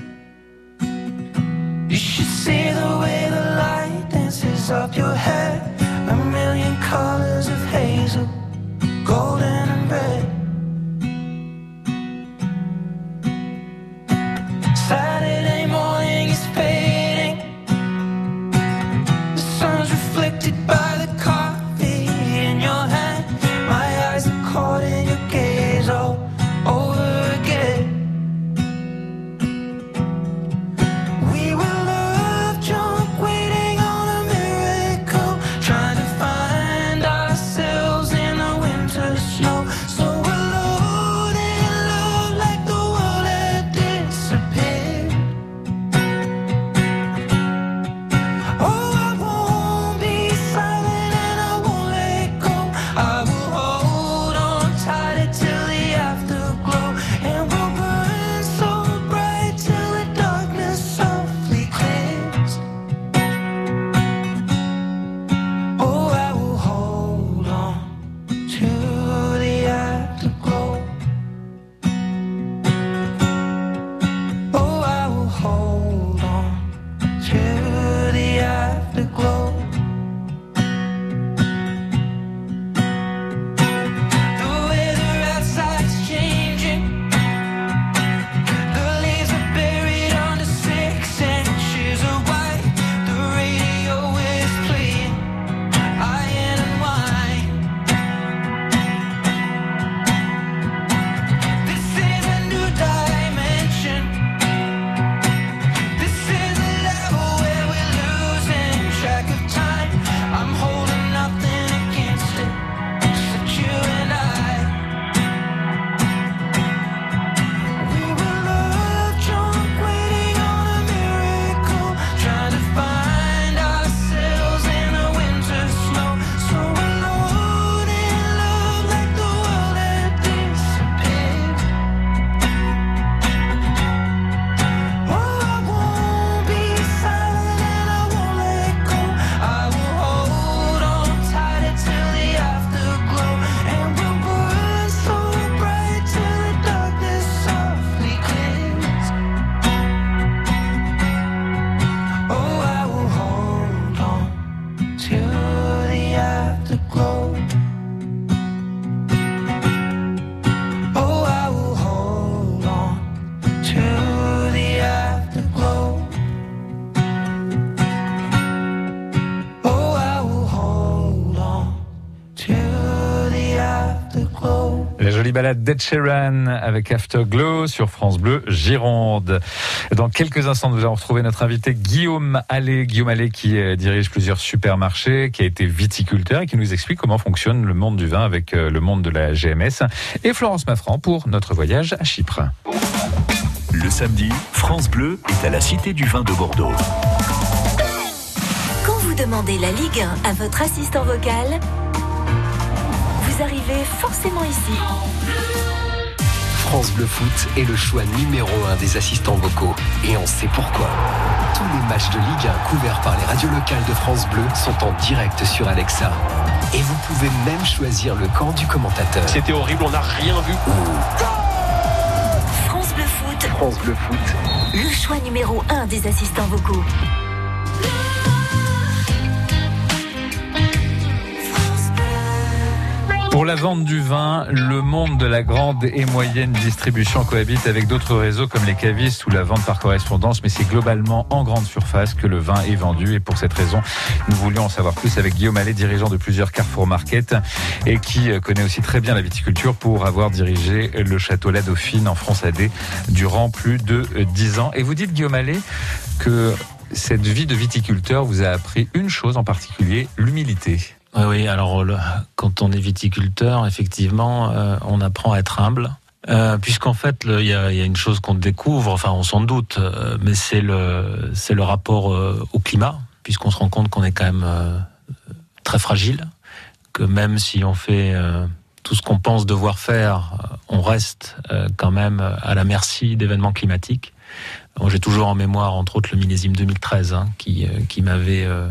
You should see the way the light dances up your hair. A million colors of hazel, golden and red. Saturday morning is fading. The sun's reflected by the coffee in your hand. My eyes are caught in your gaze all over again. We were love drunk, waiting on a miracle, trying to find ourselves in the winter snow. So alone in love, like the world had disappeared. Oh, I won't be silent and I won't let go. I will hold on tighter till the afterglow, and we'll burn so bright till the darkness softly clears. Oh, I will hold on to the afterglow. Oh, I will hold on to the afterglow. The weather outside's changing. The leaves are buried under six inches of white. The radio is playing iron and wine. This is a new dimension. This is a level where we're losing track of time. I'm holding nothing against it, except you and I. We were love drunk, waiting on a miracle, trying to find ourselves in the winter snow. So alone in love, like the world had disappeared. Oh, I won't be silent and I won't let go. I will hold on tighter till the afterglow, and we'll burn so bright till the darkness softly clears. Oh, I will hold on to the afterglow. Oh, I will hold on to the afterglow. Oh, I will hold on to the afterglow. La jolie balade d'Ed Sheeran avec Afterglow sur France Bleu Gironde. Dans quelques instants, nous allons retrouver notre invité Guillaume Allais. Guillaume Allais qui euh, dirige plusieurs supermarchés, qui a été viticulteur et qui nous explique comment fonctionne le monde du vin avec euh, le monde de la G M S. Et Florence Maffran pour notre voyage à Chypre. Le samedi, France Bleu est à la Cité du Vin de Bordeaux. Quand vous demandez la Ligue un à votre assistant vocal, vous arrivez forcément ici. France Bleu Foot est le choix numéro un des assistants vocaux. Et on sait pourquoi. Tous les matchs de Ligue un couverts par les radios locales de France Bleu sont en direct sur Alexa. Et vous pouvez même choisir le camp du commentateur. C'était horrible, on n'a rien vu. France Bleu Foot. France Bleu Foot. Le choix numéro un des assistants vocaux. Pour la vente du vin, le monde de la grande et moyenne distribution cohabite avec d'autres réseaux comme les cavistes ou la vente par correspondance, mais c'est globalement en grande surface que le vin est vendu. Et pour cette raison, nous voulions en savoir plus avec Guillaume Allais, dirigeant de plusieurs Carrefour Market et qui connaît aussi très bien la viticulture pour avoir dirigé le château La Dauphine en France-Adé durant plus de dix ans. Et vous dites, Guillaume Allais, que cette vie de viticulteur vous a appris une chose en particulier, l'humilité. Oui, oui. Alors, le, quand on est viticulteur, effectivement, euh, on apprend à être humble. Euh, puisqu'en fait, il y a, y a une chose qu'on découvre, enfin, on s'en doute, euh, mais c'est le, c'est le rapport euh, au climat, puisqu'on se rend compte qu'on est quand même euh, très fragile, que même si on fait euh, tout ce qu'on pense devoir faire, on reste euh, quand même à la merci d'événements climatiques. Bon, j'ai toujours en mémoire, entre autres, le millésime deux mille treize, hein, qui, euh, qui m'avait euh,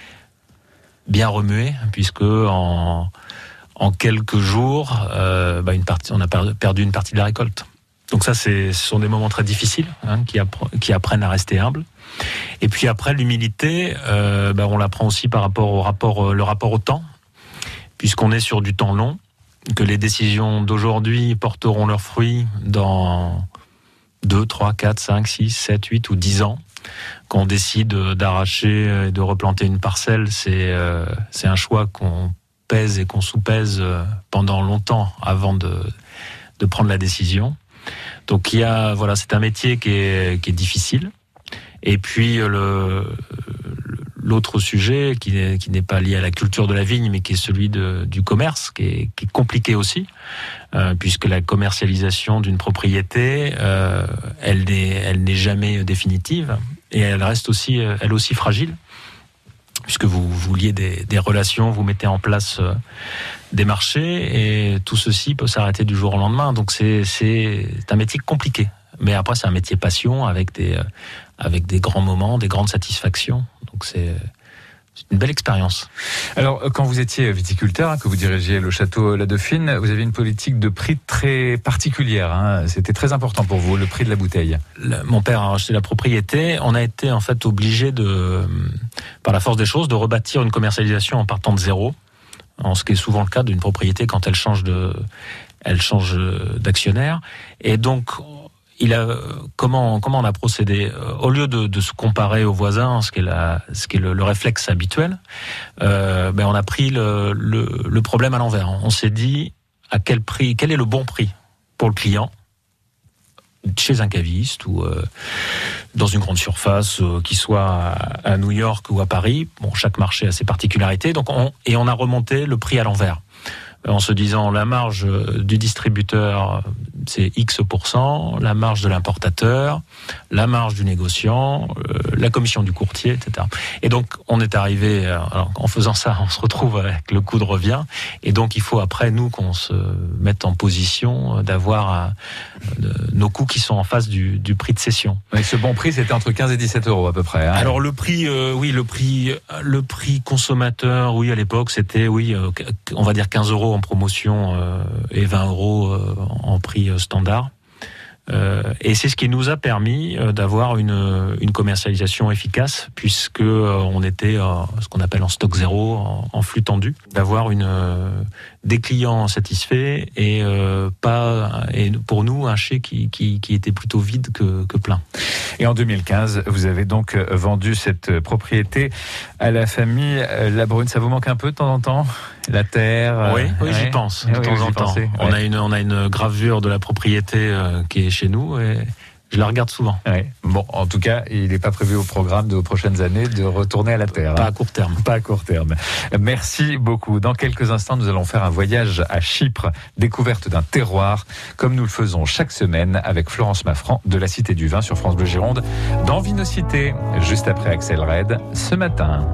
bien remué, puisque en, en quelques jours, euh, bah une partie, on a perdu une partie de la récolte. Donc ça, c'est, ce sont des moments très difficiles, hein, qui, appre- qui apprennent à rester humble. Et puis après, l'humilité, euh, bah, on l'apprend aussi par rapport au rapport, euh, le rapport au temps, puisqu'on est sur du temps long, que les décisions d'aujourd'hui porteront leurs fruits dans deux, trois, quatre, cinq, six, sept, huit ou dix ans. Quand on décide d'arracher et de replanter une parcelle, c'est, euh, c'est un choix qu'on pèse et qu'on sous-pèse pendant longtemps avant de, de prendre la décision. Donc il y a, voilà, c'est un métier qui est, qui est difficile. Et puis le, l'autre sujet qui n'est, qui n'est pas lié à la culture de la vigne, mais qui est celui de, du commerce, qui est, qui est compliqué aussi, euh, puisque la commercialisation d'une propriété, euh, elle n'est, elle n'est jamais définitive et elle reste aussi, elle aussi fragile, puisque vous, vous liez des, des relations, vous mettez en place euh, des marchés et tout ceci peut s'arrêter du jour au lendemain. Donc c'est, c'est un métier compliqué. Mais après, c'est un métier passion avec des, euh, avec des grands moments, des grandes satisfactions. Donc c'est, c'est une belle expérience. Alors, quand vous étiez viticulteur, hein, que vous dirigiez le château La Dauphine, vous aviez une politique de prix très particulière. Hein. C'était très important pour vous, le prix de la bouteille. Le, mon père a acheté la propriété. On a été en fait obligé de, par la force des choses, de rebâtir une commercialisation en partant de zéro. En ce qui est souvent le cas d'une propriété quand elle change de, elle change d'actionnaire. Et donc, il a, comment, comment on a procédé? Au lieu de, de se comparer aux voisins, ce qui est, la, ce qui est le, le réflexe habituel, euh, ben on a pris le, le, le problème à l'envers. On s'est dit à quel prix, quel est le bon prix pour le client chez un caviste ou euh, dans une grande surface, euh, qui soit à, à New York ou à Paris. Bon, chaque marché a ses particularités. Donc, on, et on a remonté le prix à l'envers, en se disant la marge du distributeur c'est X pourcent, la marge de l'importateur, la marge du négociant, euh, la commission du courtier, et cetera. Et donc on est arrivé, alors, en faisant ça, on se retrouve avec le coût de revient, et donc il faut après nous qu'on se mette en position d'avoir euh, nos coûts qui sont en face du, du prix de cession. Et ce bon prix, c'était entre quinze et dix-sept euros à peu près. Hein. Alors le prix, euh, oui, le prix, le prix consommateur, oui, à l'époque, c'était, oui, euh, on va dire quinze euros en promotion euh, et vingt euros euh, en prix standard. Euh, et c'est ce qui nous a permis euh, d'avoir une, une commercialisation efficace, puisque euh, on était euh, ce qu'on appelle en stock zéro, en, en flux tendu, d'avoir une euh, des clients satisfaits et euh, pas et pour nous un chai qui, qui, qui était plutôt vide que, que plein. Et en deux mille quinze, vous avez donc vendu cette propriété à la famille Labrune. Ça vous manque un peu de temps en temps, la terre? Oui, oui, ouais. j'y pense de oui, temps en temps. Pensez, on ouais. a une on a une gravure de la propriété euh, qui est chez nous et je la regarde souvent. Ouais. Bon, en tout cas, il n'est pas prévu au programme de vos prochaines années de retourner à la terre. Pas hein. à court terme. Pas à court terme. Merci beaucoup. Dans quelques instants, nous allons faire un voyage à Chypre, découverte d'un terroir, comme nous le faisons chaque semaine avec Florence Maffran de la Cité du Vin sur France Bleu Gironde, dans Vinocité, juste après Axel Red, ce matin.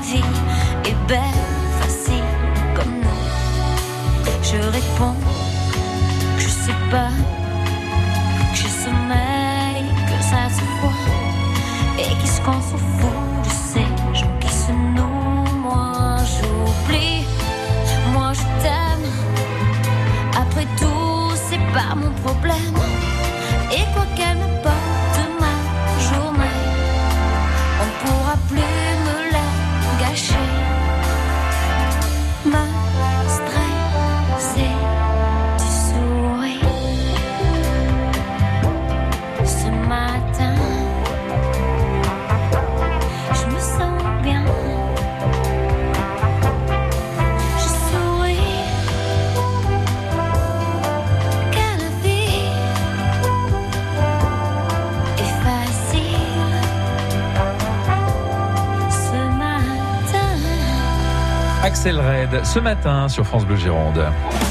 vie est belle, facile comme nous. Je réponds que je sais pas, que j'ai sommeil, que ça se voit. Et qu'est-ce qu'on s'en fout de ces gens qui se nouent? Moi j'oublie, moi je t'aime. Après tout, c'est pas mon problème. Et quoi qu'elle m'apporte ma journée, on pourra plus me la gâcher. Me stresser, tu souris. Ce matin, je me sens bien. Je souris. Que la vie est facile ce matin. Axel Red, ce matin sur France Bleu Gironde.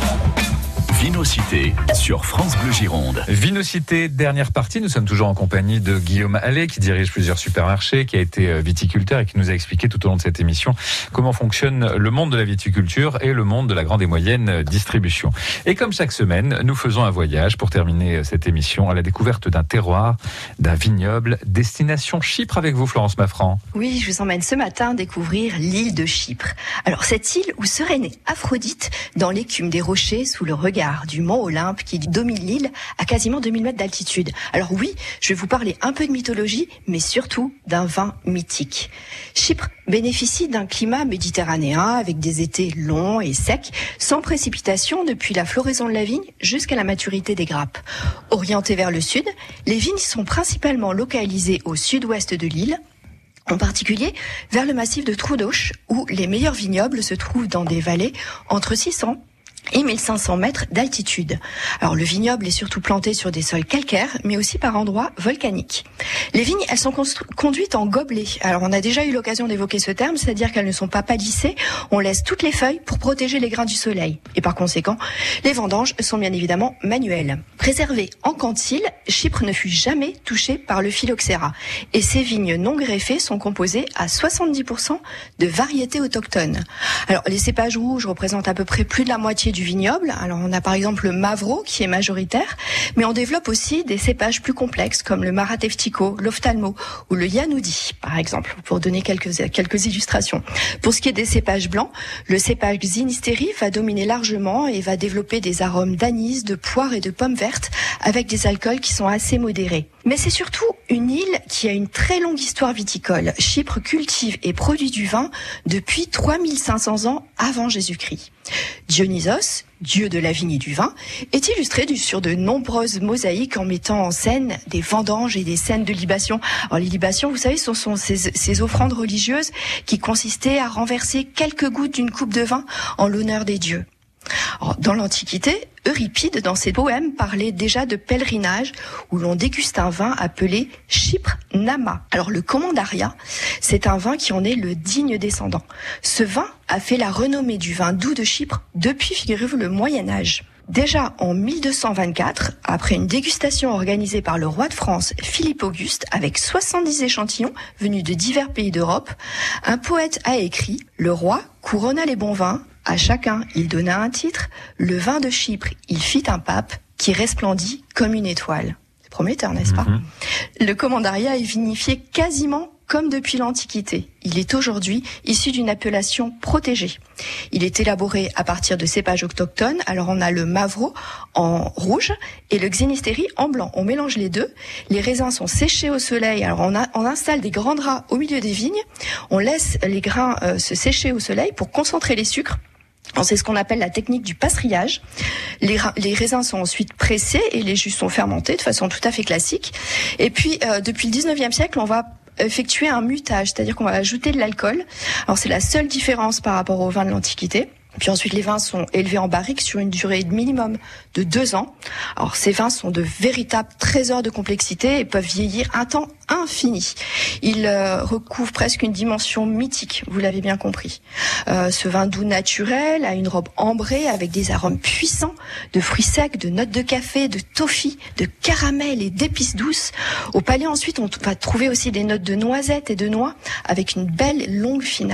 Vinocité sur France Bleu Gironde. Vinocité, dernière partie. Nous sommes toujours en compagnie de Guillaume Allais, qui dirige plusieurs supermarchés, qui a été viticulteur et qui nous a expliqué tout au long de cette émission comment fonctionne le monde de la viticulture et le monde de la grande et moyenne distribution. Et comme chaque semaine, nous faisons un voyage pour terminer cette émission à la découverte d'un terroir, d'un vignoble, destination Chypre avec vous, Florence Maffran. Oui, je vous emmène ce matin découvrir l'île de Chypre. Alors cette île où serait née Aphrodite dans l'écume des rochers sous le regard du mont Olympe qui domine l'île à quasiment deux mille mètres d'altitude. Alors oui, je vais vous parler un peu de mythologie, mais surtout d'un vin mythique. Chypre bénéficie d'un climat méditerranéen avec des étés longs et secs, sans précipitation depuis la floraison de la vigne jusqu'à la maturité des grappes. Orientées vers le sud, les vignes sont principalement localisées au sud-ouest de l'île, en particulier vers le massif de Troodos, où les meilleurs vignobles se trouvent dans des vallées entre six cents et mille cinq cents mètres d'altitude. Alors le vignoble est surtout planté sur des sols calcaires, mais aussi par endroits volcaniques. Les vignes, elles sont constru- conduites en gobelets. Alors on a déjà eu l'occasion d'évoquer ce terme, c'est-à-dire qu'elles ne sont pas palissées, on laisse toutes les feuilles pour protéger les grains du soleil. Et par conséquent, les vendanges sont bien évidemment manuelles. Préservées en quantile, Chypre ne fut jamais touchée par le phylloxéra. Et ces vignes non greffées sont composées à soixante-dix pour cent de variétés autochtones. Alors les cépages rouges représentent à peu près plus de la moitié du vignoble. Alors on a par exemple le Mavro qui est majoritaire, mais on développe aussi des cépages plus complexes comme le Maratevtico, l'Ophtalmo ou le Yanoudi par exemple, pour donner quelques quelques illustrations. Pour ce qui est des cépages blancs, le cépage Xynisteri va dominer largement et va développer des arômes d'anis, de poire et de pommes vertes avec des alcools qui sont assez modérés. Mais c'est surtout une île qui a une très longue histoire viticole. Chypre cultive et produit du vin depuis trois mille cinq cents ans avant Jésus-Christ. Dionysos, dieu de la vigne et du vin, est illustré sur de nombreuses mosaïques en mettant en scène des vendanges et des scènes de libation. Alors les libations, vous savez, ce sont ces, ces offrandes religieuses qui consistaient à renverser quelques gouttes d'une coupe de vin en l'honneur des dieux. Alors, dans l'Antiquité, Euripide, dans ses poèmes, parlait déjà de pèlerinage où l'on déguste un vin appelé Chypre Nama. Alors le Commandaria, c'est un vin qui en est le digne descendant. Ce vin a fait la renommée du vin doux de Chypre depuis, figurez-vous, le Moyen-Âge. Déjà en mille deux cent vingt-quatre, après une dégustation organisée par le roi de France, Philippe Auguste, avec soixante-dix échantillons venus de divers pays d'Europe, un poète a écrit « Le roi couronna les bons vins, à chacun il donna un titre, le vin de Chypre il fit un pape qui resplendit comme une étoile ». C'est prometteur, n'est-ce pas ? Mm-hmm. Le Commandaria est vinifié quasiment comme depuis l'Antiquité. Il est aujourd'hui issu d'une appellation protégée. Il est élaboré à partir de cépages autochtones. Alors on a le Mavro en rouge et le Xynisteri en blanc. On mélange les deux. Les raisins sont séchés au soleil. Alors on, a, on installe des grands draps au milieu des vignes. On laisse les grains euh, se sécher au soleil pour concentrer les sucres. C'est ce qu'on appelle la technique du passerillage. Les, les raisins sont ensuite pressés et les jus sont fermentés de façon tout à fait classique. Et puis, euh, depuis le dix-neuvième siècle, on va effectuer un mutage, c'est-à-dire qu'on va ajouter de l'alcool. Alors c'est la seule différence par rapport aux vins de l'Antiquité. Puis ensuite, les vins sont élevés en barrique sur une durée minimum de deux ans. Alors, ces vins sont de véritables trésors de complexité et peuvent vieillir un temps infini. Ils euh, recouvrent presque une dimension mythique, vous l'avez bien compris. Euh, ce vin doux naturel a une robe ambrée avec des arômes puissants de fruits secs, de notes de café, de toffee, de caramel et d'épices douces. Au palais, ensuite, on va trouver aussi des notes de noisettes et de noix avec une belle longue finale.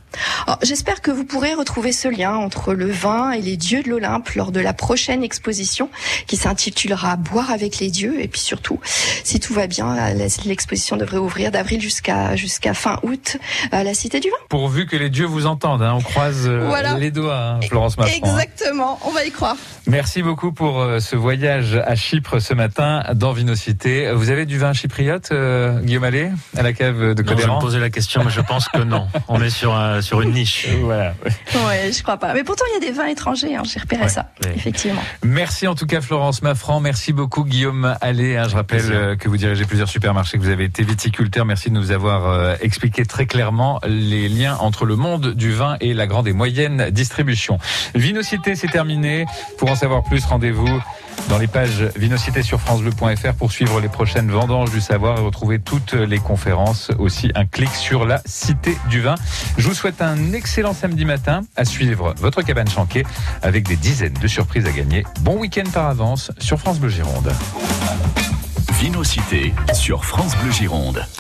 Alors, j'espère que vous pourrez retrouver ce lien entre le vin et les dieux de l'Olympe lors de la prochaine exposition qui s'intitulera Boire avec les dieux. Et puis surtout, si tout va bien, l'exposition devrait ouvrir d'avril jusqu'à jusqu'à fin août à la Cité du Vin. Pourvu que les dieux vous entendent, hein. On croise euh, voilà. les doigts, hein, Florence Maffran. Exactement, on va y croire. Merci beaucoup pour euh, ce voyage à Chypre ce matin dans Vinocité. Vous avez du vin chypriote, euh, Guillaume Allais, à la cave de Codéran? Je me posais la question, mais je pense que non. On est sur un, sur une niche. Voilà. Ouais, je crois pas. Mais pourtant, il y a des vins étrangers. Hein. J'ai repéré ouais, ça, ouais. Effectivement. Merci en tout cas, Florence Maffran. Merci beaucoup, Guillaume Allais. Hein, je rappelle euh, que vous dirigez plusieurs supermarchés, que vous avez été viticulteur. Merci de nous avoir euh, expliqué très clairement les liens entre le monde du vin et la grande et moyenne distribution. Vinocité, c'est terminé. Pour en savoir plus, rendez-vous dans les pages Vinocité sur francebleu point f r pour suivre les prochaines vendanges du savoir et retrouver toutes les conférences. Aussi un clic sur la Cité du Vin. Je vous souhaite un excellent samedi matin à suivre votre cabane Chanquet avec des dizaines de surprises à gagner. Bon week-end par avance sur France Bleu Gironde. Vinocité sur France Bleu Gironde.